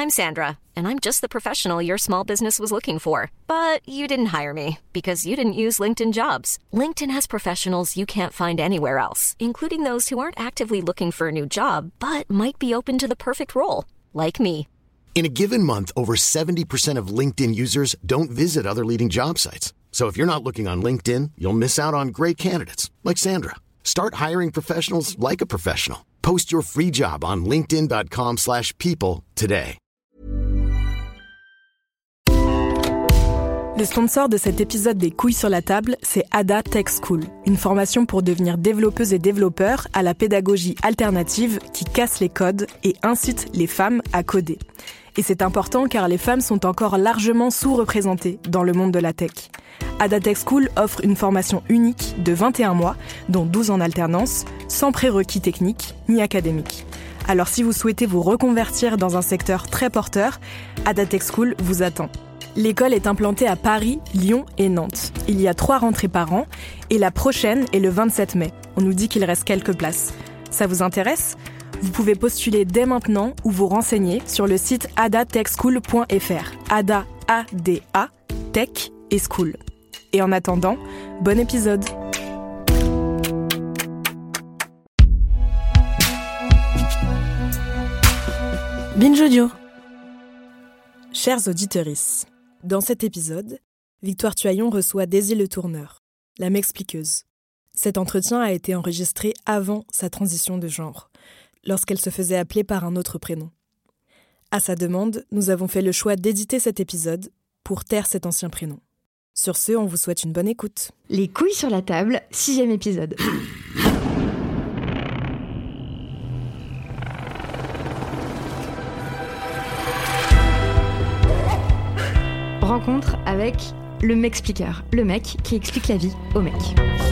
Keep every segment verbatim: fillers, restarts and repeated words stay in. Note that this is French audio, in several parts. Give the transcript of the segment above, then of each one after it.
I'm Sandra, and I'm just the professional your small business was looking for. But you didn't hire me because you didn't use LinkedIn Jobs. LinkedIn has professionals you can't find anywhere else, including those who aren't actively looking for a new job, but might be open to the perfect role, like me. In a given month, over seventy percent of LinkedIn users don't visit other leading job sites. So if you're not looking on LinkedIn, you'll miss out on great candidates like Sandra. Start hiring professionals like a professional. Post your free job on linkedin.com slash people today. Le sponsor de cet épisode des Couilles sur la table, c'est Ada Tech School, une formation pour devenir développeuse et développeur à la pédagogie alternative qui casse les codes et incite les femmes à coder. Et c'est important car les femmes sont encore largement sous-représentées dans le monde de la tech. Ada Tech School offre une formation unique de vingt et un mois, dont douze en alternance, sans prérequis techniques ni académiques. Alors si vous souhaitez vous reconvertir dans un secteur très porteur, Ada Tech School vous attend. L'école est implantée à Paris, Lyon et Nantes. Il y a trois rentrées par an et la prochaine est le vingt-sept mai. On nous dit qu'il reste quelques places. Ça vous intéresse ? Vous pouvez postuler dès maintenant ou vous renseigner sur le site ada tech school point f r. Ada, A D A, Tech et School. Et en attendant, bon épisode. Binge Audio. Chers auditeuristes, dans cet épisode, Victoire Tuaillon reçoit Daisy Le Tourneur, la m'expliqueuse. Cet entretien a été enregistré avant sa transition de genre, lorsqu'elle se faisait appeler par un autre prénom. À sa demande, nous avons fait le choix d'éditer cet épisode pour taire cet ancien prénom. Sur ce, on vous souhaite une bonne écoute. Les couilles sur la table, sixième épisode. Rencontre avec le m'expliqueur, le mec qui explique la vie au mec.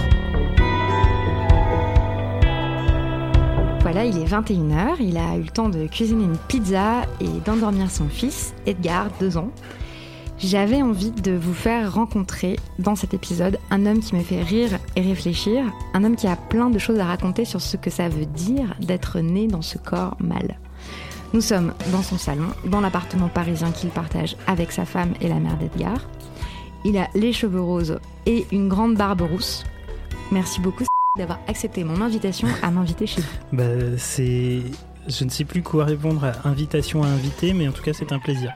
Voilà, il est vingt et une heures, il a eu le temps de cuisiner une pizza et d'endormir son fils, Edgar, deux ans. J'avais envie de vous faire rencontrer, dans cet épisode, un homme qui me fait rire et réfléchir, un homme qui a plein de choses à raconter sur ce que ça veut dire d'être né dans ce corps mâle. Nous sommes dans son salon, dans l'appartement parisien qu'il partage avec sa femme et la mère d'Edgar. Il a les cheveux roses et une grande barbe rousse. Merci beaucoup d'avoir accepté mon invitation à m'inviter chez vous. Bah, c'est... Je ne sais plus quoi répondre à invitation à inviter, mais en tout cas, c'est un plaisir.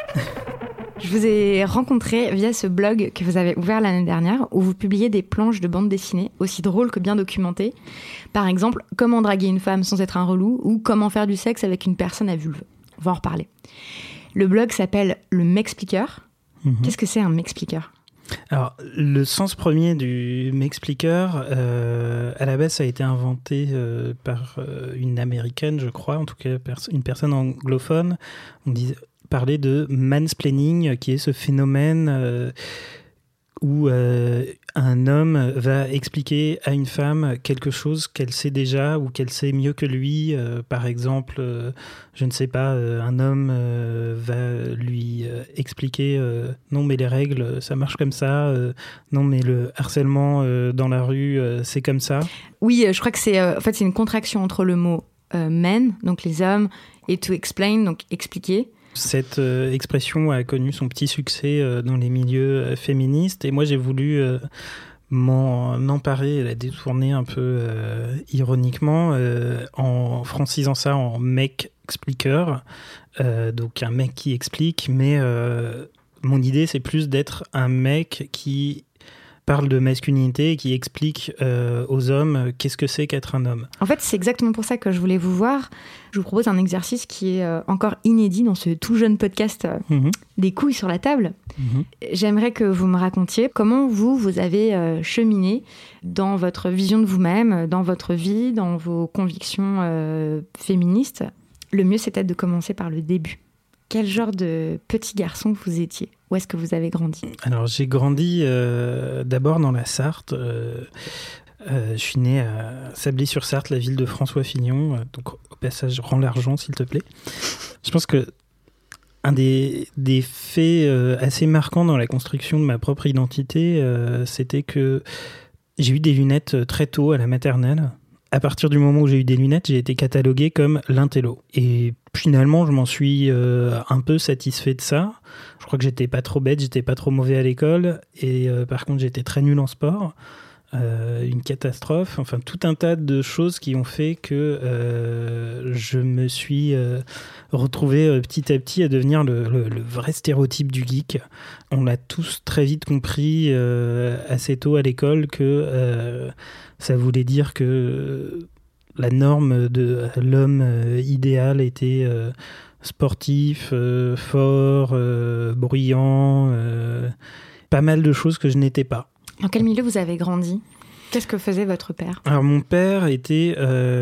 Je vous ai rencontré via ce blog que vous avez ouvert l'année dernière, où vous publiez des planches de bande dessinée, aussi drôles que bien documentées. Par exemple, comment draguer une femme sans être un relou, ou comment faire du sexe avec une personne à vulve. On va en reparler. Le blog s'appelle Le M'expliqueur. Mmh. Qu'est-ce que c'est un M'expliqueur ? Alors, le sens premier du M'expliqueur, euh, à la base, ça a été inventé euh, par euh, une américaine, je crois, en tout cas pers- une personne anglophone. On disait... parler de mansplaining, qui est ce phénomène euh, où euh, un homme va expliquer à une femme quelque chose qu'elle sait déjà ou qu'elle sait mieux que lui. Euh, par exemple, euh, je ne sais pas, euh, un homme euh, va lui euh, expliquer euh, non mais les règles, ça marche comme ça, euh, non mais le harcèlement euh, dans la rue, euh, c'est comme ça. Oui, je crois que c'est, euh, en fait, c'est une contraction entre le mot euh, men, donc les hommes, et to explain, donc expliquer. Cette euh, expression a connu son petit succès euh, dans les milieux euh, féministes et moi j'ai voulu euh, m'en emparer et la détourner un peu euh, ironiquement euh, en francisant ça en mec expliqueur, euh, donc un mec qui explique, mais euh, mon idée c'est plus d'être un mec qui parle de masculinité et qui explique euh, aux hommes qu'est-ce que c'est qu'être un homme. En fait, c'est exactement pour ça que je voulais vous voir. Je vous propose un exercice qui est euh, encore inédit dans ce tout jeune podcast euh, mmh. des couilles sur la table. Mmh. J'aimerais que vous me racontiez comment vous, vous avez euh, cheminé dans votre vision de vous-même, dans votre vie, dans vos convictions euh, féministes. Le mieux, c'est peut-être de commencer par le début. Quel genre de petit garçon vous étiez ? Où est-ce que vous avez grandi ? Alors, j'ai grandi euh, d'abord dans la Sarthe. Euh, euh, je suis né à Sablé-sur-Sarthe, la ville de François Fillon. Euh, donc, au passage, rends l'argent, s'il te plaît. Je pense que un des, des faits euh, assez marquants dans la construction de ma propre identité, euh, c'était que j'ai eu des lunettes très tôt à la maternelle. à partir du moment où j'ai eu des lunettes, j'ai été catalogué comme l'intello. Et finalement, je m'en suis euh, un peu satisfait de ça. Je crois que j'étais pas trop bête, j'étais pas trop mauvais à l'école. Et euh, par contre, j'étais très nul en sport. Euh, une catastrophe. Enfin, tout un tas de choses qui ont fait que euh, je me suis euh, retrouvé euh, petit à petit à devenir le, le, le vrai stéréotype du geek. On l'a tous très vite compris euh, assez tôt à l'école que euh, ça voulait dire que la norme de l'homme euh, idéal était euh, sportif, euh, fort, euh, bruyant, euh, pas mal de choses que je n'étais pas. Dans quel milieu vous avez grandi ? Qu'est-ce que faisait votre père ? Alors mon père était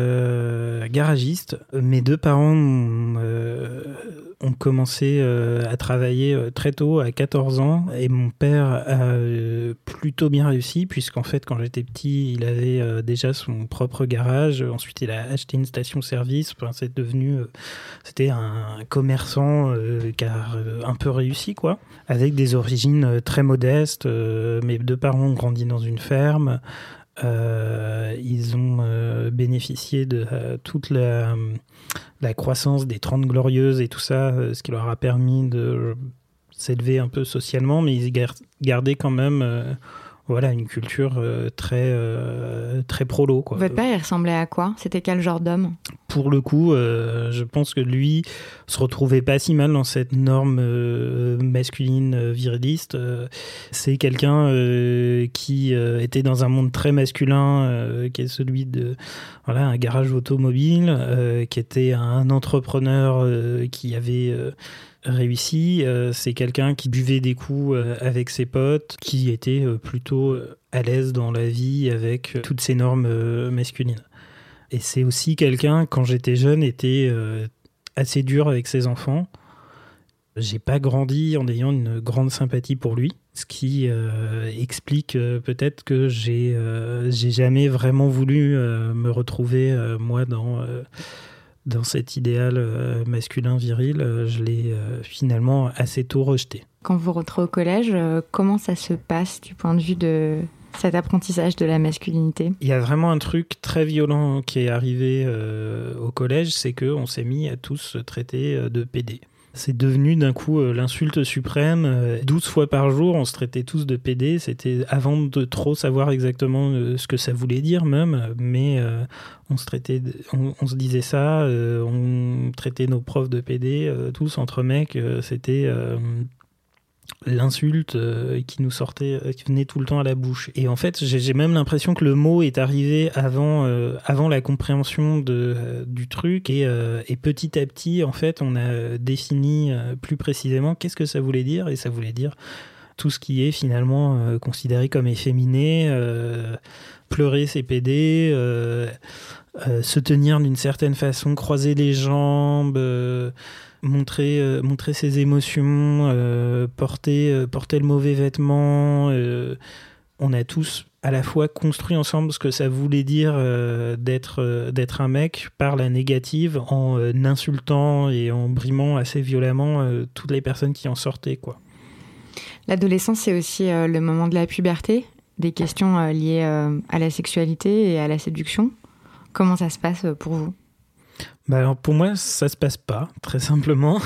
euh, garagiste. Mes deux parents ont, euh, ont commencé euh, à travailler très tôt, à quatorze ans. Et mon père a euh, plutôt bien réussi, puisqu'en fait, quand j'étais petit, il avait euh, déjà son propre garage. Ensuite, il a acheté une station-service. Enfin, c'est devenu... Euh, c'était un commerçant euh, qui a euh, un peu réussi, quoi. Avec des origines très modestes. Euh, mes deux parents ont grandi dans une ferme. Euh, ils ont euh, bénéficié de euh, toute la, la croissance des Trente Glorieuses et tout ça, euh, ce qui leur a permis de euh, s'élever un peu socialement, mais ils gardaient quand même euh, voilà, une culture euh, très, euh, très prolo, quoi. Votre père, il ressemblait à quoi ? C'était quel genre d'homme ? Pour le coup, euh, je pense que lui se retrouvait pas si mal dans cette norme euh, masculine euh, viriliste. Euh, c'est quelqu'un euh, qui euh, était dans un monde très masculin, euh, qui est celui de voilà, un garage automobile, euh, qui était un entrepreneur euh, qui avait... Euh, réussi. Euh, c'est quelqu'un qui buvait des coups euh, avec ses potes, qui était euh, plutôt euh, à l'aise dans la vie avec euh, toutes ces normes euh, masculines. Et c'est aussi quelqu'un, quand j'étais jeune, était euh, assez dur avec ses enfants. J'ai pas grandi en ayant une grande sympathie pour lui, ce qui euh, explique euh, peut-être que j'ai, euh, j'ai jamais vraiment voulu euh, me retrouver, euh, moi, dans... Euh, dans cet idéal euh, masculin viril, euh, je l'ai euh, finalement assez tôt rejeté. Quand vous rentrez au collège, euh, comment ça se passe du point de vue de cet apprentissage de la masculinité ? Il y a vraiment un truc très violent qui est arrivé euh, au collège, c'est qu'on s'est mis à tous se traiter de pédés. C'est devenu d'un coup euh, l'insulte suprême. Euh, douze fois par jour, on se traitait tous de pédés. C'était avant de trop savoir exactement euh, ce que ça voulait dire même, mais euh, on se traitait, de, on, on se disait ça. Euh, on traitait nos profs de pédés, euh, tous entre mecs. Euh, c'était euh, l'insulte euh, qui nous sortait, euh, qui venait tout le temps à la bouche. Et en fait, j'ai, j'ai même l'impression que le mot est arrivé avant, euh, avant la compréhension de, euh, du truc. Et, euh, et petit à petit, en fait, on a défini euh, plus précisément qu'est-ce que ça voulait dire. Et ça voulait dire tout ce qui est finalement euh, considéré comme efféminé, euh, pleurer c'est pédé, euh, euh, se tenir d'une certaine façon, croiser les jambes... Euh, Montrer, euh, montrer ses émotions, euh, porter, euh, porter le mauvais vêtement. Euh, on a tous à la fois construit ensemble ce que ça voulait dire euh, d'être, euh, d'être un mec par la négative, en euh, insultant et en brimant assez violemment euh, toutes les personnes qui en sortaient, quoi. L'adolescence, c'est aussi euh, le moment de la puberté, des questions euh, liées euh, à la sexualité et à la séduction. Comment ça se passe pour vous ? Bah alors pour moi, ça se passe pas, très simplement.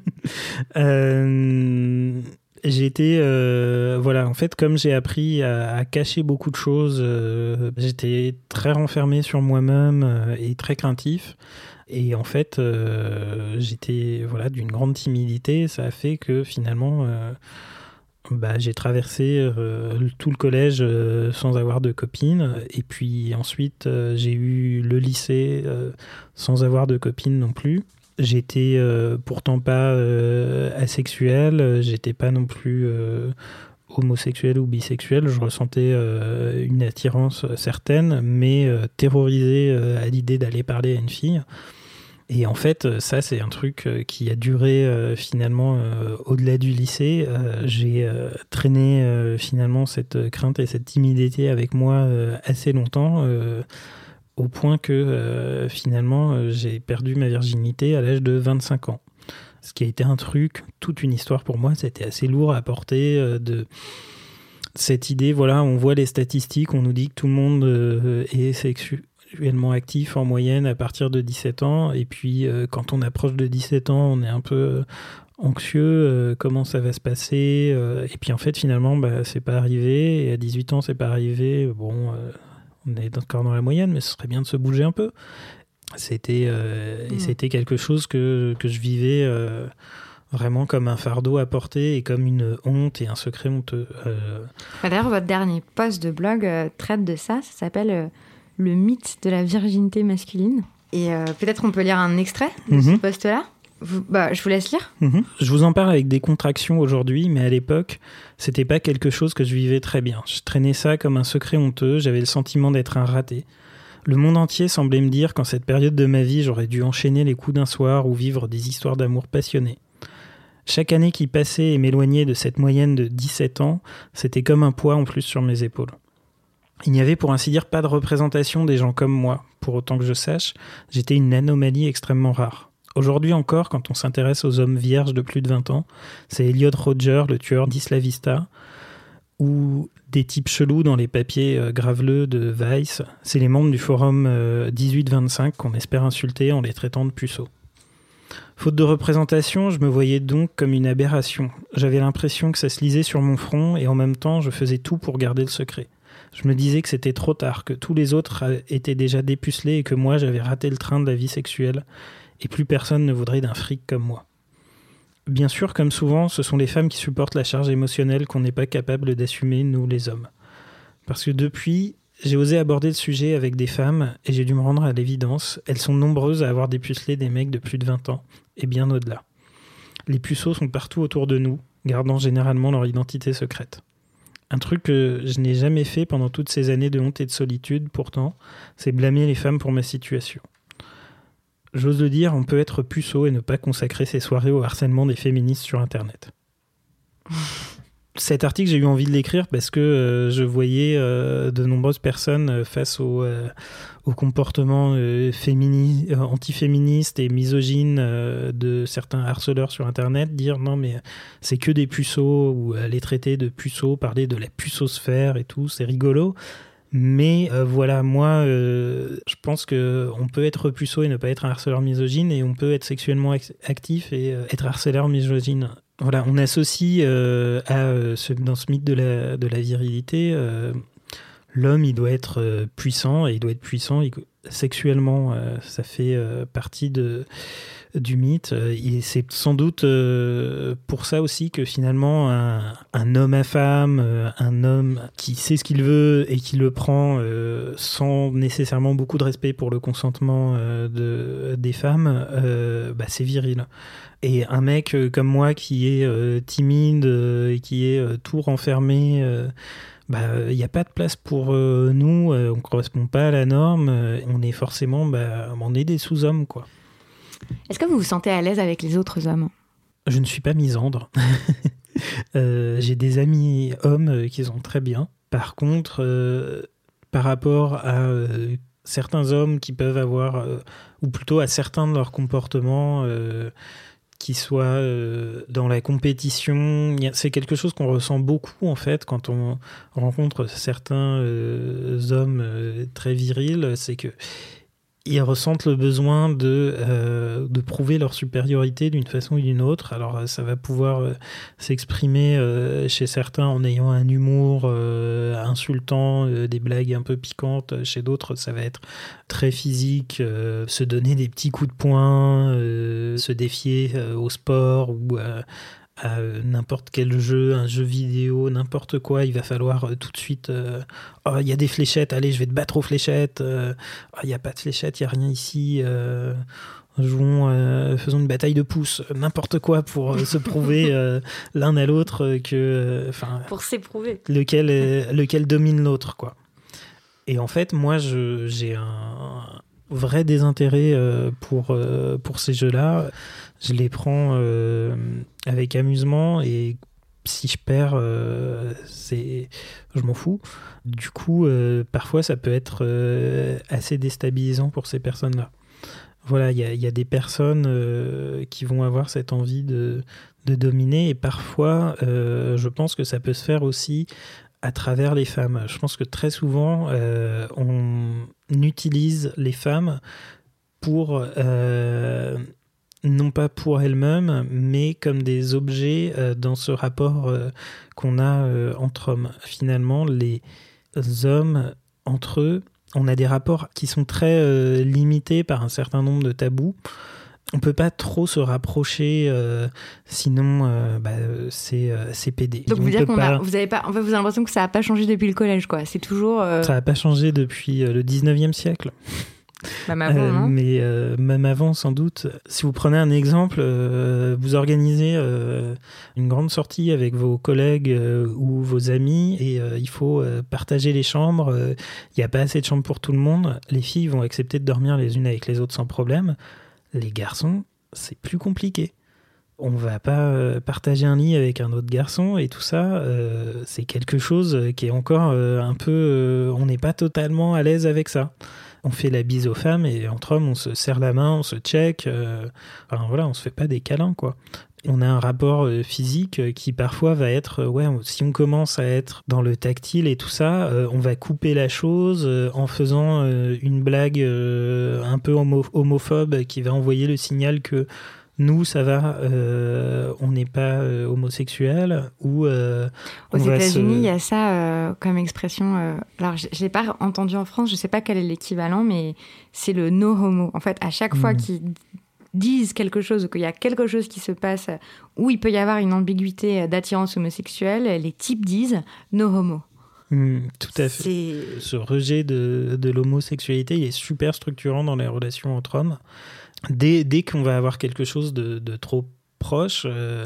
euh, j'ai été, euh, voilà, en fait, comme j'ai appris à, à cacher beaucoup de choses, euh, j'étais très renfermé sur moi-même euh, et très craintif. Et en fait, euh, j'étais, voilà, d'une grande timidité. Ça a fait que finalement, euh, bah, j'ai traversé euh, tout le collège euh, sans avoir de copine. Et puis ensuite, euh, j'ai eu le lycée euh, sans avoir de copine non plus. J'étais euh, pourtant pas euh, asexuel, j'étais pas non plus euh, homosexuel ou bisexuel. Je ressentais euh, une attirance certaine, mais euh, terrorisé euh, à l'idée d'aller parler à une fille. Et en fait, ça, c'est un truc qui a duré euh, finalement euh, au-delà du lycée. Euh, j'ai euh, traîné euh, finalement cette crainte et cette timidité avec moi euh, assez longtemps, euh, au point que euh, finalement, euh, j'ai perdu ma virginité à l'âge de vingt-cinq ans. Ce qui a été un truc, toute une histoire pour moi. C'était assez lourd à porter euh, de... Cette idée, voilà, on voit les statistiques, on nous dit que tout le monde euh, est sexu... sexuellement actif en moyenne à partir de dix-sept ans. Et puis, euh, quand on approche de dix-sept ans, on est un peu anxieux. Euh, comment ça va se passer euh, Et puis, en fait, finalement, bah, c'est pas arrivé. Et à dix-huit ans, c'est pas arrivé. Bon, euh, on est encore dans la moyenne, mais ce serait bien de se bouger un peu. C'était, euh, mmh. et c'était quelque chose que, que je vivais euh, vraiment comme un fardeau à porter et comme une honte et un secret honteux. Euh... D'ailleurs, votre dernier post de blog euh, traite de ça. Ça s'appelle euh, « Le mythe de la virginité masculine ». Et euh, peut-être on peut lire un extrait de mmh. ce post-là. Vous, bah, je vous laisse lire. Mmh. Je vous en parle avec des contractions aujourd'hui, mais à l'époque, c'était pas quelque chose que je vivais très bien. Je traînais ça comme un secret honteux. J'avais le sentiment d'être un raté. Le monde entier semblait me dire qu'en cette période de ma vie, j'aurais dû enchaîner les coups d'un soir ou vivre des histoires d'amour passionnées. Chaque année qui passait et m'éloignait de cette moyenne de dix-sept ans, c'était comme un poids en plus sur mes épaules. Il n'y avait pour ainsi dire pas de représentation des gens comme moi. Pour autant que je sache, j'étais une anomalie extrêmement rare. Aujourd'hui encore, quand on s'intéresse aux hommes vierges de plus de vingt ans, c'est Elliot Rodger, le tueur d'Isla Vista, ou des types chelous dans les papiers euh, graveleux de Vice. C'est les membres du forum euh, dix-huit vingt-cinq qu'on espère insulter en les traitant de puceaux. Faute de représentation, je me voyais donc comme une aberration. J'avais l'impression que ça se lisait sur mon front et en même temps, je faisais tout pour garder le secret. Je me disais que c'était trop tard, que tous les autres étaient déjà dépucelés et que moi, j'avais raté le train de la vie sexuelle et plus personne ne voudrait d'un fric comme moi. Bien sûr, comme souvent, ce sont les femmes qui supportent la charge émotionnelle qu'on n'est pas capable d'assumer, nous les hommes. Parce que depuis, j'ai osé aborder le sujet avec des femmes et j'ai dû me rendre à l'évidence. Elles sont nombreuses à avoir dépucelé des mecs de plus de vingt ans et bien au-delà. Les puceaux sont partout autour de nous, gardant généralement leur identité secrète. Un truc que je n'ai jamais fait pendant toutes ces années de honte et de solitude, pourtant, c'est blâmer les femmes pour ma situation. J'ose le dire, on peut être puceau et ne pas consacrer ses soirées au harcèlement des féministes sur Internet. Cet article, j'ai eu envie de l'écrire parce que euh, je voyais euh, de nombreuses personnes euh, face au, euh, au comportement euh, fémini- euh, antiféministe et misogyne euh, de certains harceleurs sur Internet dire non mais c'est que des puceaux ou euh, les traiter de puceaux, parler de la puceausphère et tout, c'est rigolo. Mais euh, voilà, moi, euh, je pense qu'on peut être puceau et ne pas être un harceleur misogyne, et on peut être sexuellement ac- actif et euh, être harceleur misogyne. Voilà, on associe euh, à, euh, ce, dans ce mythe de la, de la virilité, euh, l'homme, il doit être euh, puissant, et il doit être puissant il, sexuellement. Euh, ça fait euh, partie de... du mythe, et c'est sans doute pour ça aussi que finalement un, un homme à femme, un homme qui sait ce qu'il veut et qui le prend sans nécessairement beaucoup de respect pour le consentement de, des femmes, bah c'est viril. Et un mec comme moi qui est timide et qui est tout renfermé, bah, il n'y a pas de place pour nous, on ne correspond pas à la norme, on est forcément, bah, on est des sous-hommes, quoi. Est-ce que vous vous sentez à l'aise avec les autres hommes ? Je ne suis pas misandre. euh, j'ai des amis hommes qui sont très bien. Par contre, euh, par rapport à euh, certains hommes qui peuvent avoir, euh, ou plutôt à certains de leurs comportements, euh, qui soient euh, dans la compétition, c'est quelque chose qu'on ressent beaucoup en fait quand on rencontre certains euh, hommes euh, très virils, c'est que ils ressentent le besoin de, euh, de prouver leur supériorité d'une façon ou d'une autre. Alors ça va pouvoir euh, s'exprimer euh, chez certains en ayant un humour euh, insultant, euh, des blagues un peu piquantes. Chez d'autres, ça va être très physique, euh, se donner des petits coups de poing, euh, se défier euh, au sport ou euh, à n'importe quel jeu, un jeu vidéo, n'importe quoi, il va falloir euh, tout de suite euh, oh, il y a des fléchettes, allez, je vais te battre aux fléchettes, euh, oh, il n'y a pas de fléchettes, il n'y a rien ici, euh, jouons, euh, faisons une bataille de pouces, n'importe quoi pour euh, se prouver euh, l'un à l'autre que... Enfin, pour s'éprouver. Lequel, euh, lequel domine l'autre, quoi. Et en fait, moi, je, j'ai un vrai désintérêt euh, pour, euh, pour ces jeux-là. Je les prends euh, avec amusement et si je perds, euh, c'est... je m'en fous. Du coup, euh, parfois, ça peut être euh, assez déstabilisant pour ces personnes-là. Voilà, il y, y a des personnes euh, qui vont avoir cette envie de, de dominer et parfois, euh, je pense que ça peut se faire aussi à travers les femmes. Je pense que très souvent, euh, on utilise les femmes pour, euh, non pas pour elles-mêmes, mais comme des objets euh, dans ce rapport euh, qu'on a euh, entre hommes. Finalement, les hommes, entre eux, on a des rapports qui sont très euh, limités par un certain nombre de tabous. On ne peut pas trop se rapprocher, euh, sinon euh, bah, c'est, euh, c'est pédé. Donc, vous, dire qu'on pas... a, vous avez pas, en fait, vous avez l'impression que ça n'a pas changé depuis le collège, quoi. C'est toujours... Euh... Ça n'a pas changé depuis euh, le dix-neuvième siècle. Même avant, euh, non Mais euh, même avant, sans doute. Si vous prenez un exemple, euh, vous organisez euh, une grande sortie avec vos collègues euh, ou vos amis et euh, il faut euh, partager les chambres. Il euh, n'y a pas assez de chambres pour tout le monde. Les filles vont accepter de dormir les unes avec les autres sans problème. Les garçons, c'est plus compliqué. On va pas euh, partager un lit avec un autre garçon et tout ça, euh, c'est quelque chose qui est encore euh, un peu... Euh, on n'est pas totalement à l'aise avec ça. On fait la bise aux femmes et entre hommes, on se serre la main, on se check. Euh, enfin voilà, on se fait pas des câlins, quoi. On a un rapport euh, physique euh, qui parfois va être... Euh, ouais, on, si on commence à être dans le tactile et tout ça, euh, on va couper la chose euh, en faisant euh, une blague euh, un peu homo- homophobe qui va envoyer le signal que nous, ça va, euh, on n'est pas euh, homosexuel. Ou, euh, Aux États-Unis, il se... y a ça euh, comme expression. Euh, alors, je ne l'ai pas entendu en France, je ne sais pas quel est l'équivalent, mais c'est le no homo. En fait, à chaque mmh. fois qu'ils disent quelque chose ou qu'il y a quelque chose qui se passe où il peut y avoir une ambiguïté d'attirance homosexuelle, les types disent no homo. Mmh, tout à fait. C'est... Ce rejet de, de l'homosexualité, il est super structurant dans les relations entre hommes. Dès, dès qu'on va avoir quelque chose de, de trop proche, euh,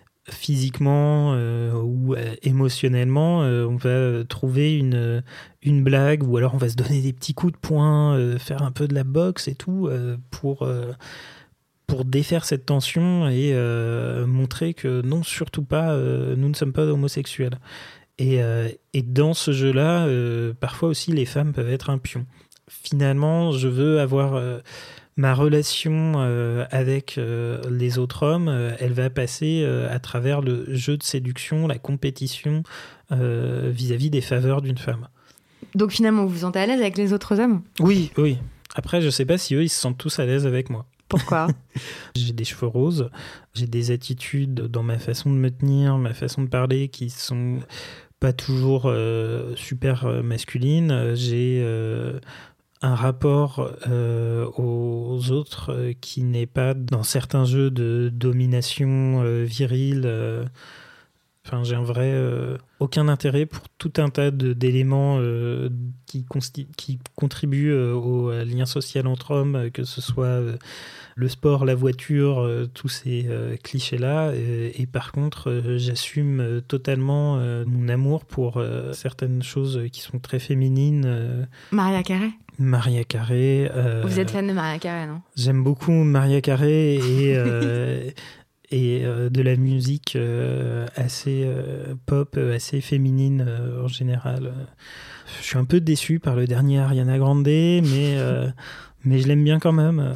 physiquement euh, ou euh, émotionnellement, euh, on va trouver une, une blague ou alors on va se donner des petits coups de poing, euh, faire un peu de la boxe et tout euh, pour, euh, pour défaire cette tension et euh, montrer que non, surtout pas, euh, nous ne sommes pas homosexuels. Et, euh, et dans ce jeu-là, euh, parfois aussi les femmes peuvent être un pion. Finalement, je veux avoir... Euh, ma relation euh, avec euh, les autres hommes, euh, elle va passer euh, à travers le jeu de séduction, la compétition euh, vis-à-vis des faveurs d'une femme. Donc finalement, vous vous sentez à l'aise avec les autres hommes ? Oui, oui. Après, je ne sais pas si eux, ils se sentent tous à l'aise avec moi. Pourquoi ? J'ai des cheveux roses, j'ai des attitudes dans ma façon de me tenir, ma façon de parler qui sont pas toujours euh, super masculines. J'ai... Euh, un rapport euh, aux autres euh, qui n'est pas dans certains jeux de domination euh, virile. Euh, enfin, j'ai un vrai... Euh, aucun intérêt pour tout un tas de, d'éléments euh, qui, consti- qui contribuent euh, au lien social entre hommes, euh, que ce soit euh, le sport, la voiture, euh, tous ces euh, clichés-là. Et, et par contre, euh, j'assume euh, totalement euh, mon amour pour euh, certaines choses qui sont très féminines. Euh, Mariah Carey ? Mariah Carey. Euh, Vous êtes fan de Mariah Carey, non ? J'aime beaucoup Mariah Carey et, euh, et euh, de la musique euh, assez euh, pop, assez féminine euh, en général. Je suis un peu déçu par le dernier Ariana Grande, mais, euh, mais je l'aime bien quand même.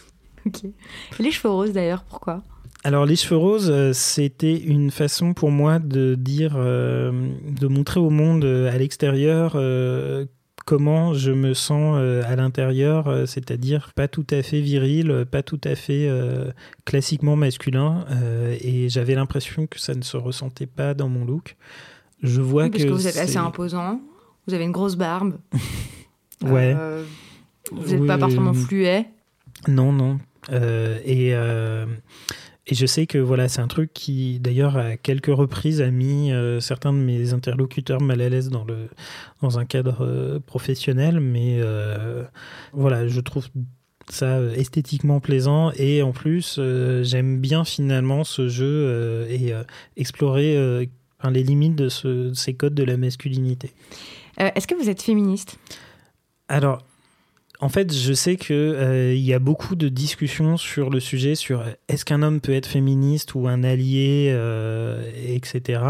Ok. Et les cheveux roses d'ailleurs, pourquoi ? Alors les cheveux roses, euh, c'était une façon pour moi de dire, euh, de montrer au monde euh, à l'extérieur euh, comment je me sens euh, à l'intérieur, euh, c'est-à-dire pas tout à fait viril, pas tout à fait euh, classiquement masculin, euh, et j'avais l'impression que ça ne se ressentait pas dans mon look. Je vois oui, parce que, que vous êtes c'est... assez imposant, vous avez une grosse barbe, ouais. euh, vous n'êtes oui, pas particulièrement euh... fluet. Non, non. Euh, et... Euh... Et je sais que voilà, c'est un truc qui, d'ailleurs, à quelques reprises, a mis euh, certains de mes interlocuteurs mal à l'aise dans, le, dans un cadre euh, professionnel. Mais euh, voilà, je trouve ça esthétiquement plaisant. Et en plus, euh, j'aime bien finalement ce jeu euh, et euh, explorer euh, enfin, les limites de, ce, de ces codes de la masculinité. Euh, est-ce que vous êtes féministe ? Alors... En fait, je sais qu'il euh, y a beaucoup de discussions sur le sujet, sur est-ce qu'un homme peut être féministe ou un allié, euh, et cetera.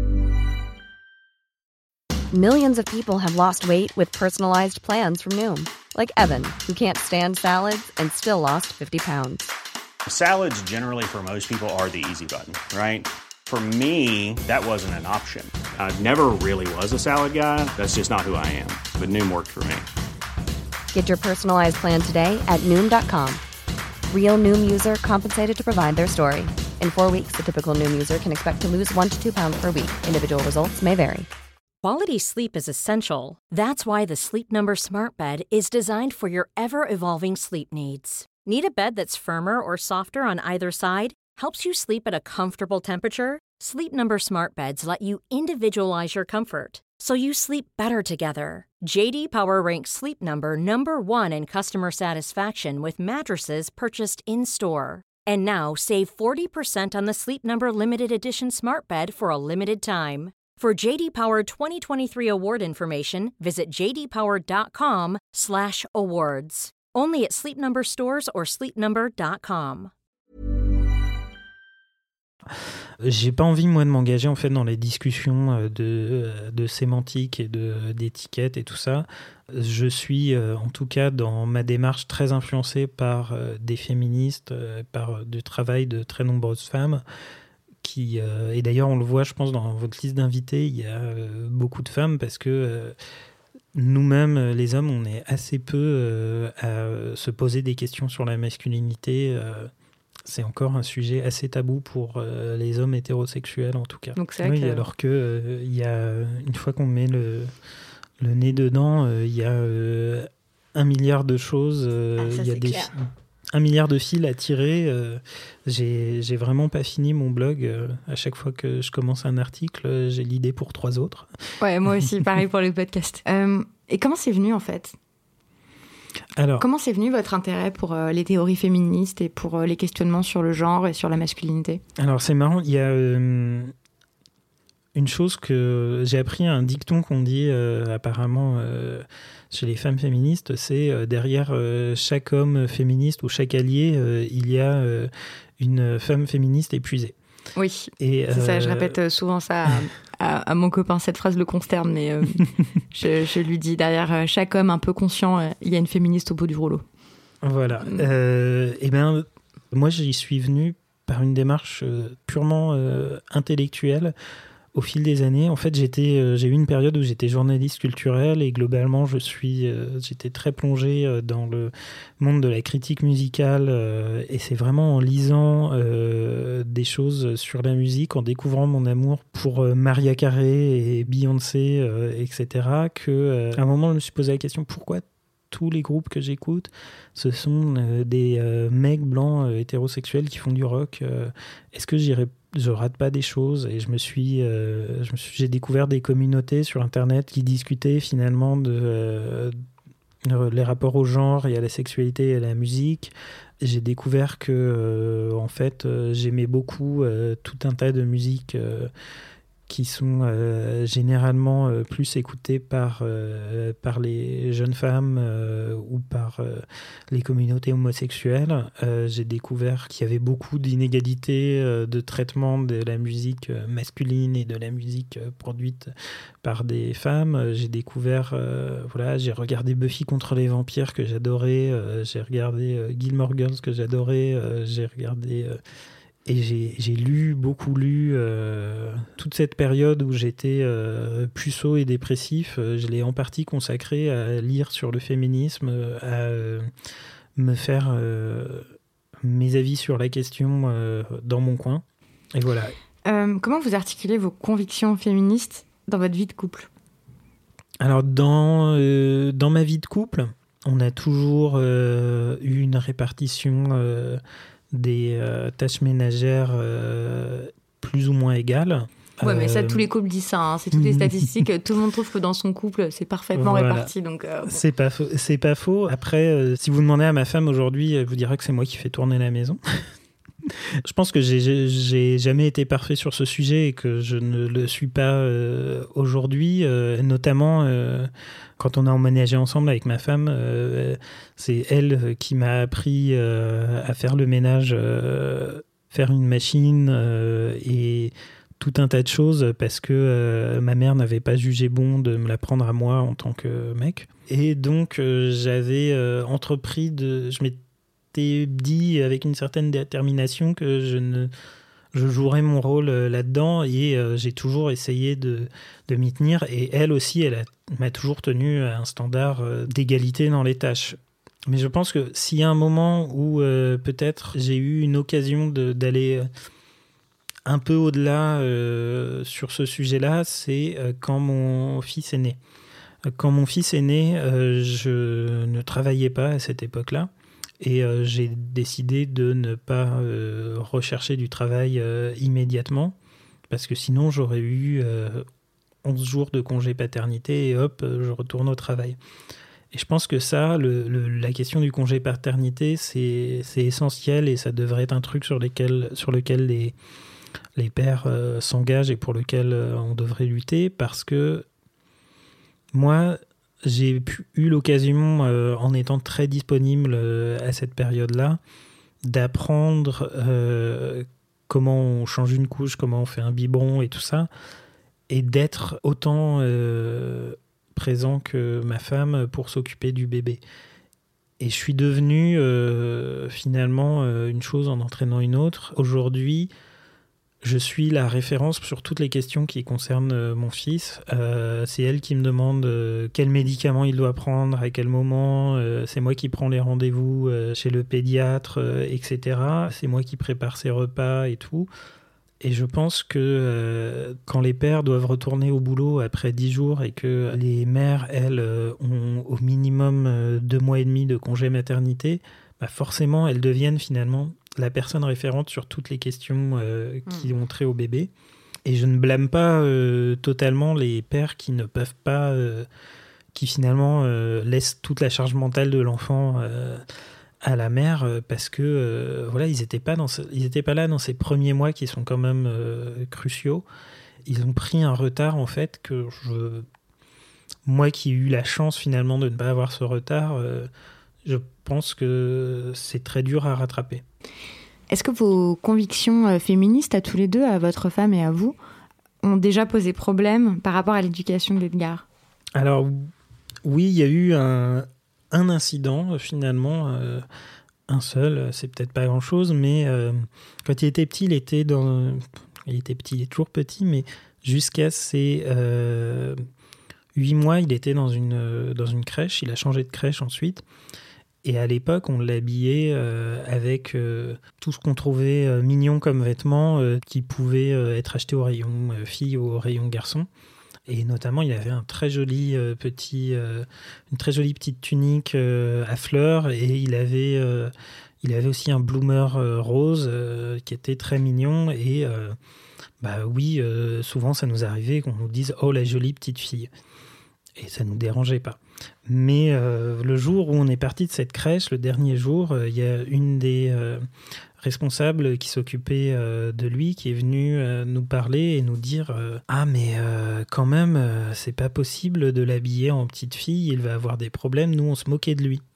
Millions of people have lost weight with personalized plans from Noom. Like Evan, who can't stand salads and still lost fifty pounds. Salads generally for most people are the easy button, right? For me, that wasn't an option. I never really was a salad guy. That's just not who I am. But Noom worked for me. Get your personalized plan today at Noom dot com. Real Noom user compensated to provide their story. In four weeks, the typical Noom user can expect to lose one to two pounds per week. Individual results may vary. Quality sleep is essential. That's why the Sleep Number Smart Bed is designed for your ever-evolving sleep needs. Need a bed that's firmer or softer on either side? Helps you sleep at a comfortable temperature? Sleep Number Smart Beds let you individualize your comfort, so you sleep better together. J D Power ranks Sleep Number number one in customer satisfaction with mattresses purchased in-store. And now, save forty percent on the Sleep Number Limited Edition Smart Bed for a limited time. For J D Power twenty twenty-three award information, visit j d power dot com slash awards. Only at Sleep Number stores or sleep number dot com. J'ai pas envie, moi, de m'engager en fait dans les discussions de, de sémantique et de, d'étiquette et tout ça. Je suis, en tout cas, dans ma démarche très influencé par des féministes, par du travail de très nombreuses femmes. Qui, euh, et d'ailleurs, on le voit, je pense, dans votre liste d'invités, il y a euh, beaucoup de femmes parce que euh, nous-mêmes, les hommes, on est assez peu euh, à se poser des questions sur la masculinité. Euh, c'est encore un sujet assez tabou pour euh, les hommes hétérosexuels, en tout cas. Donc c'est oui, que... alors que euh, y a, une fois qu'on met le, le nez dedans, il euh, y a euh, un milliard de choses. Euh, ah, ça, y a c'est des clair. Un milliard de fils à tirer. Euh, j'ai, j'ai vraiment pas fini mon blog. Euh, à chaque fois que je commence un article, j'ai l'idée pour trois autres. Ouais, moi aussi, pareil pour le podcast. Euh, et comment c'est venu, en fait ? Alors, comment c'est venu votre intérêt pour euh, les théories féministes et pour euh, les questionnements sur le genre et sur la masculinité ? Alors, c'est marrant. Il y a euh, une chose que j'ai appris, un dicton qu'on dit euh, apparemment... Euh, chez les femmes féministes, c'est euh, derrière euh, chaque homme féministe ou chaque allié, euh, il y a euh, une femme féministe épuisée. Oui, et, c'est euh... ça, je répète souvent ça à, à, à mon copain. Cette phrase le consterne, mais euh, je, je lui dis, derrière chaque homme un peu conscient, euh, il y a une féministe au bout du rouleau. Voilà. Mm. Euh, et bien, moi, j'y suis venu par une démarche euh, purement euh, intellectuelle. Au fil des années, en fait, j'étais, euh, j'ai eu une période où j'étais journaliste culturel et globalement, je suis, euh, j'étais très plongé euh, dans le monde de la critique musicale euh, et c'est vraiment en lisant euh, des choses sur la musique, en découvrant mon amour pour euh, Mariah Carey et Beyoncé, euh, et cetera, que euh, à un moment, je me suis posé la question pourquoi tous les groupes que j'écoute, ce sont euh, des euh, mecs blancs euh, hétérosexuels qui font du rock. Euh, est-ce que j'irais je rate pas des choses et je me suis, euh, je me suis, j'ai découvert des communautés sur Internet qui discutaient finalement de, euh, de les rapports au genre et à la sexualité et à la musique. J'ai découvert que euh, en fait, euh, j'aimais beaucoup euh, tout un tas de musiques euh, qui sont euh, généralement euh, plus écoutées par, euh, par les jeunes femmes euh, ou par euh, les communautés homosexuelles. Euh, j'ai découvert qu'il y avait beaucoup d'inégalités euh, de traitement de la musique masculine et de la musique euh, produite par des femmes. J'ai découvert, euh, voilà, j'ai regardé Buffy contre les vampires que j'adorais, euh, j'ai regardé euh, Gilmore Girls que j'adorais, euh, j'ai regardé... Euh, Et j'ai, j'ai lu, beaucoup lu, euh, toute cette période où j'étais euh, puceau et dépressif, euh, je l'ai en partie consacrée à lire sur le féminisme, à euh, me faire euh, mes avis sur la question euh, dans mon coin. Et voilà. Euh, comment vous articulez vos convictions féministes dans votre vie de couple ? Alors, dans, euh, dans ma vie de couple, on a toujours euh, eu une répartition... Euh, des euh, tâches ménagères euh, plus ou moins égales. Ouais, euh... mais ça, tous les couples disent ça. Hein. C'est toutes les statistiques. Tout le monde trouve que dans son couple, c'est parfaitement voilà. réparti. Donc, euh, bon. c'est, pas faux, c'est pas faux. Après, euh, si vous demandez à ma femme aujourd'hui, elle vous dira que c'est moi qui fais tourner la maison. Je pense que j'ai, j'ai, j'ai jamais été parfait sur ce sujet et que je ne le suis pas euh, aujourd'hui, euh, notamment euh, quand on a emménagé ensemble avec ma femme. Euh, c'est elle qui m'a appris euh, à faire le ménage, euh, faire une machine euh, et tout un tas de choses parce que euh, ma mère n'avait pas jugé bon de me l'apprendre à moi en tant que mec. Et donc, euh, j'avais euh, entrepris de... Je m'étais dit avec une certaine détermination que je ne je jouerai mon rôle euh, là-dedans et euh, j'ai toujours essayé de, de m'y tenir. Et elle aussi, elle a, m'a toujours tenu à un standard euh, d'égalité dans les tâches. Mais je pense que s'il y a un moment où euh, peut-être j'ai eu une occasion de, d'aller un peu au-delà euh, sur ce sujet-là, c'est euh, quand mon fils est né. Quand mon fils est né, euh, je ne travaillais pas à cette époque-là et euh, j'ai décidé de ne pas euh, rechercher du travail euh, immédiatement parce que sinon j'aurais eu euh, onze jours de congé paternité et hop, je retourne au travail. Et je pense que ça, le, le, la question du congé paternité, c'est, c'est essentiel et ça devrait être un truc sur, lesquels, sur lequel les, les pères euh, s'engagent et pour lequel euh, on devrait lutter parce que moi, j'ai pu, eu l'occasion, euh, en étant très disponible euh, à cette période-là, d'apprendre euh, comment on change une couche, comment on fait un biberon et tout ça, et d'être autant... Euh, présent que ma femme pour s'occuper du bébé. Et je suis devenu euh, finalement euh, une chose en entraînant une autre. Aujourd'hui, je suis la référence sur toutes les questions qui concernent euh, mon fils. Euh, c'est elle qui me demande euh, quel médicament il doit prendre, à quel moment. Euh, c'est moi qui prends les rendez-vous euh, chez le pédiatre, euh, et cetera. C'est moi qui prépare ses repas et tout. Et je pense que euh, quand les pères doivent retourner au boulot après dix jours et que les mères, elles, euh, ont au minimum euh, deux mois et demi de congé maternité, bah forcément, elles deviennent finalement la personne référente sur toutes les questions euh, qui mmh. ont trait au bébé. Et je ne blâme pas euh, totalement les pères qui ne peuvent pas, euh, qui finalement euh, laissent toute la charge mentale de l'enfant euh, à la mère parce que euh, voilà, ils n'étaient pas dans ce, ils étaient pas là dans ces premiers mois qui sont quand même euh, cruciaux. Ils ont pris un retard en fait que je, moi qui ai eu la chance finalement de ne pas avoir ce retard, euh, je pense que c'est très dur à rattraper. Est-ce que vos convictions féministes à tous les deux, à votre femme et à vous, ont déjà posé problème par rapport à l'éducation d'Edgar ? Alors oui, il y a eu un un incident, finalement, euh, un seul, c'est peut-être pas grand-chose, mais euh, quand il était petit, il était dans... Il était petit, il est toujours petit, mais jusqu'à ses euh, huit mois, il était dans une, dans une crèche. Il a changé de crèche ensuite. Et à l'époque, on l'habillait euh, avec euh, tout ce qu'on trouvait euh, mignon comme vêtements euh, qui pouvaient euh, être achetés au rayon euh, filles ou au rayon garçons. Et notamment, il avait un très joli euh, petit, euh, une très jolie petite tunique euh, à fleurs et il avait, euh, il avait aussi un bloomer euh, rose euh, qui était très mignon. Et euh, bah oui, euh, souvent ça nous arrivait qu'on nous dise « Oh, la jolie petite fille ». Et ça ne nous dérangeait pas. Mais euh, le jour où on est parti de cette crèche, le dernier jour, il euh, y a une des euh, responsables qui s'occupait euh, de lui qui est venue euh, nous parler et nous dire euh, « Ah, mais euh, quand même, euh, c'est pas possible de l'habiller en petite fille, il va avoir des problèmes. » Nous, on se moquait de lui.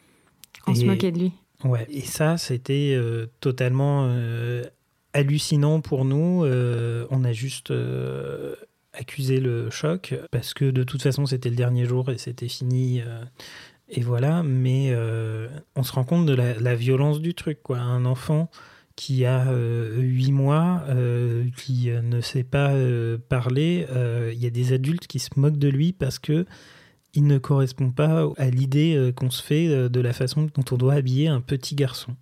On et, se moquait de lui. Ouais. Et ça, c'était euh, totalement euh, hallucinant pour nous. Euh, on a juste... Euh, accuser le choc parce que de toute façon c'était le dernier jour et c'était fini euh, et voilà, mais euh, on se rend compte de la, la violence du truc quoi. Un enfant qui a euh, huit mois euh, qui euh, ne sait pas euh, parler, il euh, y a des adultes qui se moquent de lui parce que il ne correspond pas à l'idée euh, qu'on se fait euh, de la façon dont on doit habiller un petit garçon.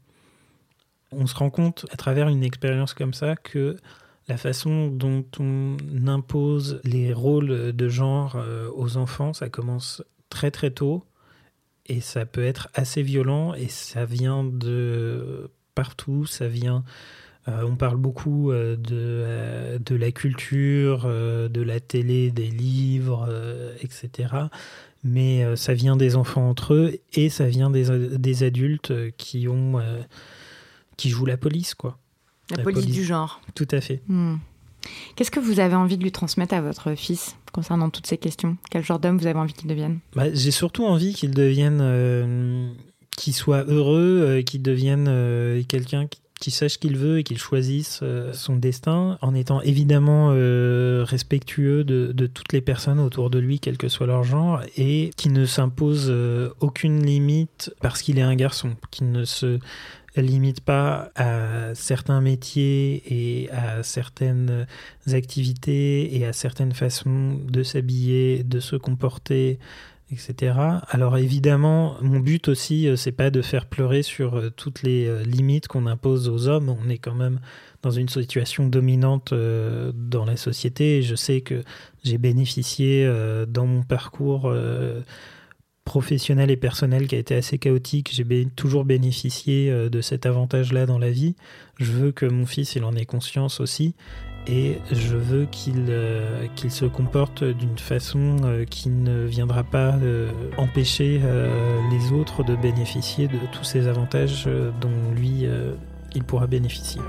On se rend compte à travers une expérience comme ça que la façon dont on impose les rôles de genre aux enfants, ça commence très très tôt et ça peut être assez violent et ça vient de partout, ça vient... Euh, on parle beaucoup euh, de, euh, de la culture, euh, de la télé, des livres, euh, et cetera. Mais euh, ça vient des enfants entre eux et ça vient des, des adultes qui, ont, euh, qui jouent la police, quoi. La, la police, police du genre. Tout à fait. Hmm. Qu'est-ce que vous avez envie de lui transmettre à votre fils concernant toutes ces questions ? Quel genre d'homme vous avez envie qu'il devienne ? Bah, j'ai surtout envie qu'il devienne, euh, qu'il soit heureux, euh, qu'il devienne euh, quelqu'un qui, qu'il sache ce qu'il veut et qu'il choisisse euh, son destin en étant évidemment euh, respectueux de, de toutes les personnes autour de lui, quel que soit leur genre, et qui ne s'impose euh, aucune limite parce qu'il est un garçon, qui ne se limite pas à certains métiers et à certaines activités et à certaines façons de s'habiller, de se comporter, et cetera. Alors évidemment, mon but aussi, c'est pas de faire pleurer sur toutes les limites qu'on impose aux hommes. On est quand même dans une situation dominante dans la société. Et je sais que j'ai bénéficié dans mon parcours professionnel et personnel qui a été assez chaotique. J'ai bé- toujours bénéficié de cet avantage-là dans la vie. Je veux que mon fils, il en ait conscience aussi. Et je veux qu'il, euh, qu'il se comporte d'une façon euh, qui ne viendra pas euh, empêcher euh, les autres de bénéficier de tous ces avantages euh, dont lui, euh, il pourra bénéficier.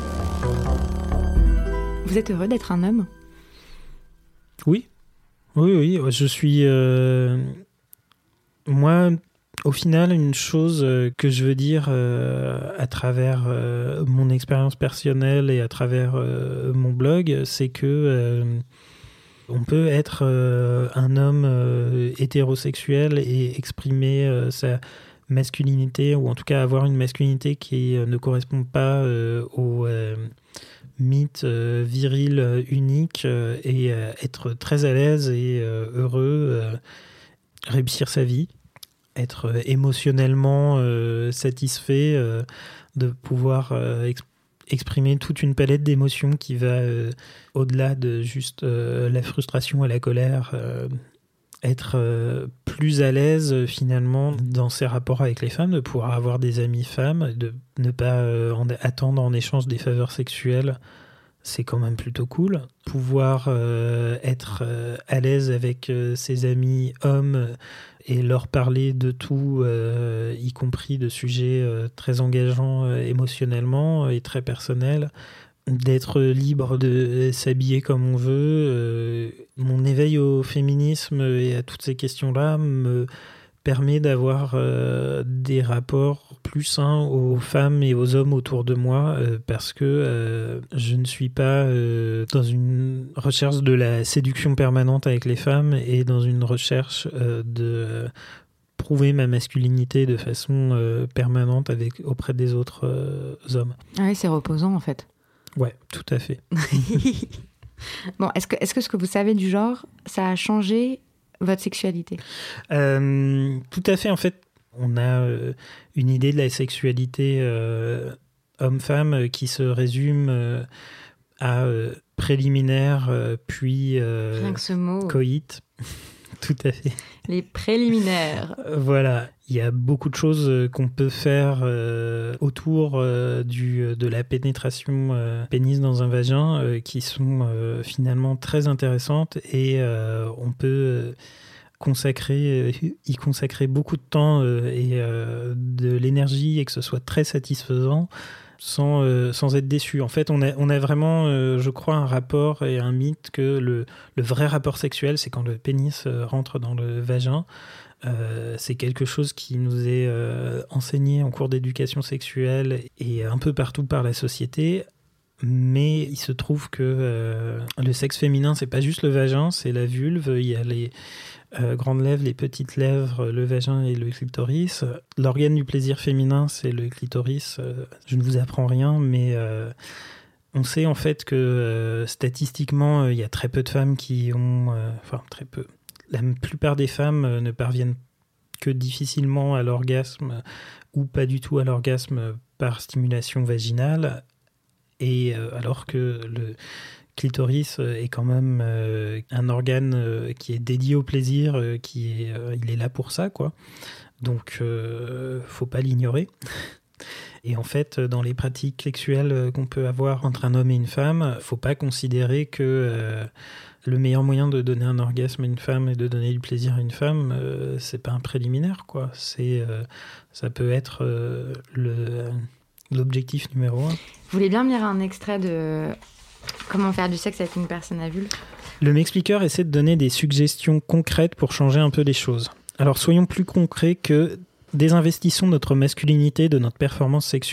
Vous êtes heureux d'être un homme ? Oui, oui, oui. Je suis... Euh... Moi... Au final, une chose que je veux dire euh, à travers euh, mon expérience personnelle et à travers euh, mon blog, c'est que euh, on peut être euh, un homme euh, hétérosexuel et exprimer euh, sa masculinité, ou en tout cas avoir une masculinité qui euh, ne correspond pas euh, au euh, mythe euh, viril unique euh, et euh, être très à l'aise et euh, heureux, euh, réussir sa vie. Être émotionnellement euh, satisfait, euh, de pouvoir euh, ex- exprimer toute une palette d'émotions qui va euh, au-delà de juste euh, la frustration et la colère, euh, être euh, plus à l'aise finalement dans ses rapports avec les femmes, de pouvoir avoir des amies femmes, de ne pas euh, en attendre en échange des faveurs sexuelles. C'est quand même plutôt cool. Pouvoir euh, être euh, à l'aise avec euh, ses amis hommes et leur parler de tout, euh, y compris de sujets euh, très engageants euh, émotionnellement et très personnels. D'être libre de s'habiller comme on veut. Euh, mon éveil au féminisme et à toutes ces questions-là me permet d'avoir euh, des rapports plus sains aux femmes et aux hommes autour de moi euh, parce que euh, je ne suis pas euh, dans une recherche de la séduction permanente avec les femmes et dans une recherche euh, de euh, prouver ma masculinité de façon euh, permanente avec, auprès des autres euh, hommes. Ah oui, c'est reposant en fait. Ouais, tout à fait. Bon, est-ce que, est-ce que ce que vous savez du genre, ça a changé votre sexualité ? euh, Tout à fait. En fait, on a euh, une idée de la sexualité euh, homme-femme qui se résume euh, à euh, préliminaire, euh, puis euh, Rien que ce mot. Coït. Tout à fait. Les préliminaires. Euh, voilà. Il y a beaucoup de choses qu'on peut faire euh, autour euh, du, de la pénétration euh, pénis dans un vagin euh, qui sont euh, finalement très intéressantes et euh, on peut euh, consacrer, euh, y consacrer beaucoup de temps euh, et euh, de l'énergie et que ce soit très satisfaisant sans, euh, sans être déçu. En fait, on a, on a vraiment, euh, je crois, un rapport et un mythe que le, le vrai rapport sexuel, c'est quand le pénis euh, rentre dans le vagin. Euh, c'est quelque chose qui nous est euh, enseigné en cours d'éducation sexuelle et un peu partout par la société. Mais il se trouve que euh, le sexe féminin, c'est pas juste le vagin, c'est la vulve. Il y a les euh, grandes lèvres, les petites lèvres, le vagin et le clitoris. L'organe du plaisir féminin, c'est le clitoris. Euh, je ne vous apprends rien, mais euh, on sait en fait que euh, statistiquement, il y a très peu de femmes qui ont... Euh, enfin, très peu. La plupart des femmes euh, ne parviennent que difficilement à l'orgasme ou pas du tout à l'orgasme par stimulation vaginale. Et euh, alors que le clitoris est quand même euh, un organe euh, qui est dédié au plaisir, euh, qui est, euh, il est là pour ça, quoi. Donc, euh, faut pas l'ignorer. Et en fait, dans les pratiques sexuelles qu'on peut avoir entre un homme et une femme, faut pas considérer que euh, le meilleur moyen de donner un orgasme à une femme et de donner du plaisir à une femme, euh, c'est pas un préliminaire, quoi. C'est, euh, ça peut être euh, le... l'objectif numéro un. Vous voulez bien me lire un extrait de Comment faire du sexe avec une personne à vulve ? Le M'expliqueur essaie de donner des suggestions concrètes pour changer un peu les choses. Alors soyons plus concrets que désinvestissons notre masculinité de notre performance sexuelle.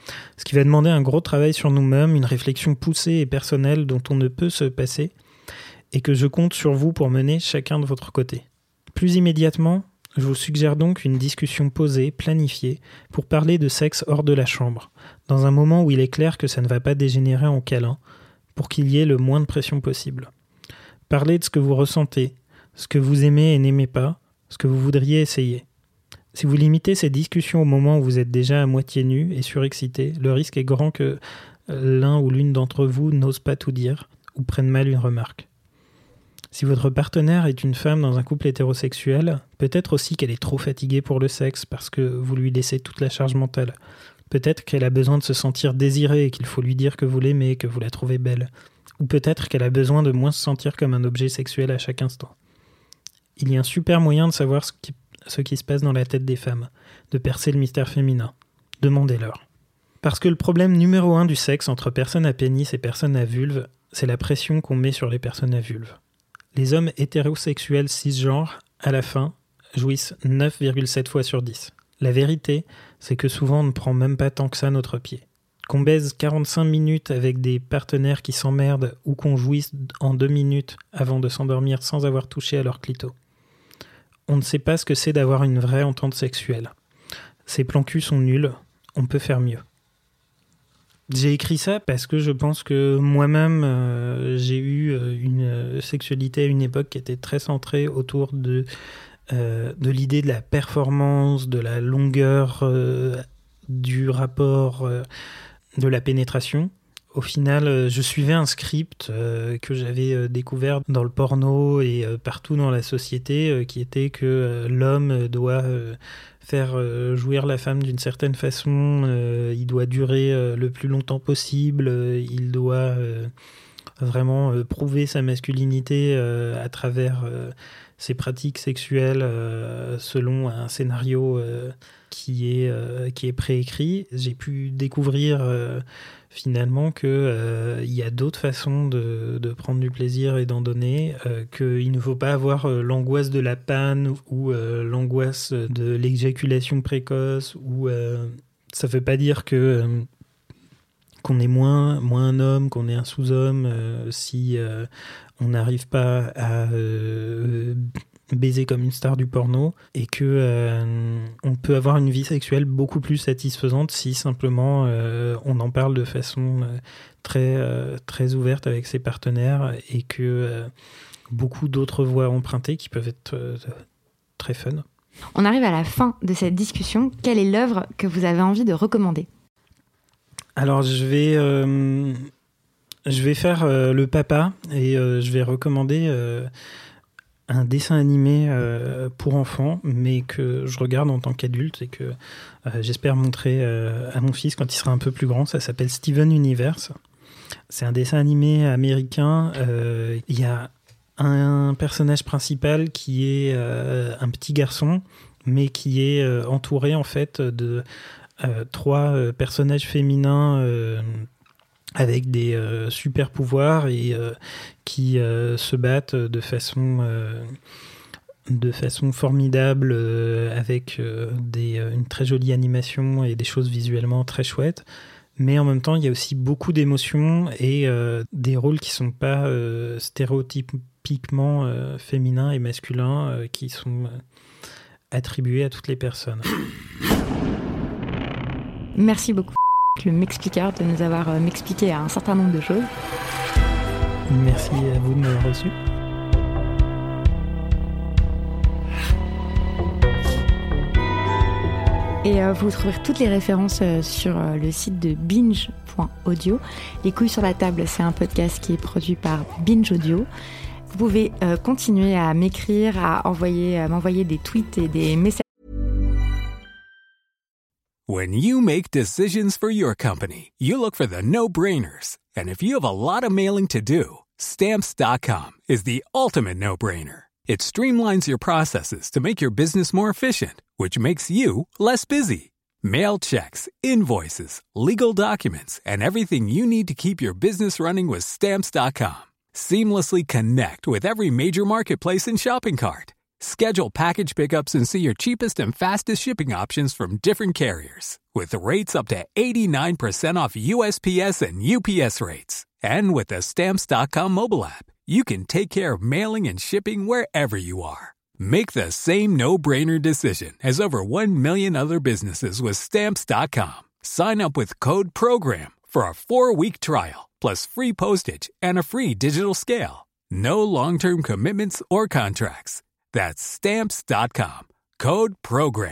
Ce qui va demander un gros travail sur nous-mêmes, une réflexion poussée et personnelle dont on ne peut se passer, et que je compte sur vous pour mener chacun de votre côté. Plus immédiatement, je vous suggère donc une discussion posée, planifiée, pour parler de sexe hors de la chambre, dans un moment où il est clair que ça ne va pas dégénérer en câlin, pour qu'il y ait le moins de pression possible. Parlez de ce que vous ressentez, ce que vous aimez et n'aimez pas, ce que vous voudriez essayer. Si vous limitez ces discussions au moment où vous êtes déjà à moitié nu et surexcité, le risque est grand que l'un ou l'une d'entre vous n'ose pas tout dire ou prenne mal une remarque. Si votre partenaire est une femme dans un couple hétérosexuel, peut-être aussi qu'elle est trop fatiguée pour le sexe parce que vous lui laissez toute la charge mentale. Peut-être qu'elle a besoin de se sentir désirée et qu'il faut lui dire que vous l'aimez, que vous la trouvez belle. Ou peut-être qu'elle a besoin de moins se sentir comme un objet sexuel à chaque instant. Il y a un super moyen de savoir ce qui, ce qui se passe dans la tête des femmes, de percer le mystère féminin. Demandez-leur. Parce que le problème numéro un du sexe entre personnes à pénis et personnes à vulve, c'est la pression qu'on met sur les personnes à vulve. Les hommes hétérosexuels cisgenres, à la fin, jouissent neuf virgule sept fois sur dix. La vérité, c'est que souvent on ne prend même pas tant que ça notre pied. Qu'on baise quarante-cinq minutes avec des partenaires qui s'emmerdent ou qu'on jouisse en deux minutes avant de s'endormir sans avoir touché à leur clito. On ne sait pas ce que c'est d'avoir une vraie entente sexuelle. Ces plans cul sont nuls, on peut faire mieux. J'ai écrit ça parce que je pense que moi-même, euh, j'ai eu une sexualité à une époque qui était très centrée autour de, euh, de l'idée de la performance, de la longueur euh, du rapport, euh, de la pénétration. Au final, euh, je suivais un script euh, que j'avais euh, découvert dans le porno et euh, partout dans la société, euh, qui était que euh, l'homme doit... Euh, faire euh, jouir la femme d'une certaine façon, euh, il doit durer euh, le plus longtemps possible, euh, il doit euh, vraiment euh, prouver sa masculinité euh, à travers euh, ses pratiques sexuelles euh, selon un scénario euh, qui est, euh, qui est préécrit. J'ai pu découvrir euh, finalement qu'il euh, y a d'autres façons de, de prendre du plaisir et d'en donner, euh, qu'il ne faut pas avoir euh, l'angoisse de la panne ou euh, l'angoisse de l'éjaculation précoce, ou euh, ça ne veut pas dire que, euh, qu'on est moins, moins un homme, qu'on est un sous-homme, euh, si euh, on n'arrive pas à euh, baiser comme une star du porno, et que euh, on peut avoir une vie sexuelle beaucoup plus satisfaisante si simplement euh, on en parle de façon euh, très, euh, très ouverte avec ses partenaires, et que euh, beaucoup d'autres voies empruntées qui peuvent être euh, très fun. On arrive à la fin de cette discussion. Quelle est l'œuvre que vous avez envie de recommander ? Alors je vais, euh, je vais faire euh, le papa, et euh, je vais recommander euh, un dessin animé euh, pour enfants, mais que je regarde en tant qu'adulte et que euh, j'espère montrer euh, à mon fils quand il sera un peu plus grand. Ça s'appelle Steven Universe. C'est un dessin animé américain. Euh, il y a un personnage principal qui est euh, un petit garçon, mais qui est euh, entouré en fait de euh, trois euh, personnages féminins euh, avec des euh, super pouvoirs et euh, qui euh, se battent de façon, euh, de façon formidable euh, avec euh, des, une très jolie animation et des choses visuellement très chouettes. Mais en même temps, il y a aussi beaucoup d'émotions et euh, des rôles qui ne sont pas euh, stéréotypiquement euh, féminins et masculins, euh, qui sont euh, attribués à toutes les personnes. Merci beaucoup, le M'expliqueur, de nous avoir euh, m'expliqué un certain nombre de choses. Merci à vous de m'avoir reçu. Et euh, vous trouverez toutes les références euh, sur euh, le site de binge point audio. Les couilles sur la table, c'est un podcast qui est produit par Binge Audio. Vous pouvez euh, continuer à m'écrire, à envoyer, à m'envoyer des tweets et des messages. When you make decisions for your company, you look for the no-brainers. And if you have a lot of mailing to do, Stamps dot com is the ultimate no-brainer. It streamlines your processes to make your business more efficient, which makes you less busy. Mail checks, invoices, legal documents, and everything you need to keep your business running with Stamps dot com. Seamlessly connect with every major marketplace and shopping cart. Schedule package pickups and see your cheapest and fastest shipping options from different carriers. With rates up to eighty-nine percent off U S P S and U P S rates. And with the Stamps dot com mobile app, you can take care of mailing and shipping wherever you are. Make the same no-brainer decision as over one million other businesses with Stamps dot com. Sign up with code PROGRAM for a four-week trial, plus free postage and a free digital scale. No long-term commitments or contracts. That's Stamps dot com. Code PROGRAM.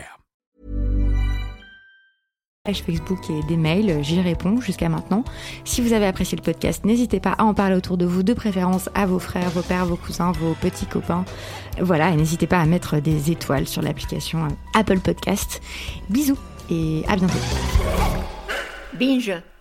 Page Facebook et des mails, j'y réponds jusqu'à maintenant. Si vous avez apprécié le podcast, n'hésitez pas à en parler autour de vous, de préférence à vos frères, vos pères, vos cousins, vos petits copains. Voilà, et n'hésitez pas à mettre des étoiles sur l'application Apple Podcast. Bisous et à bientôt. Binge.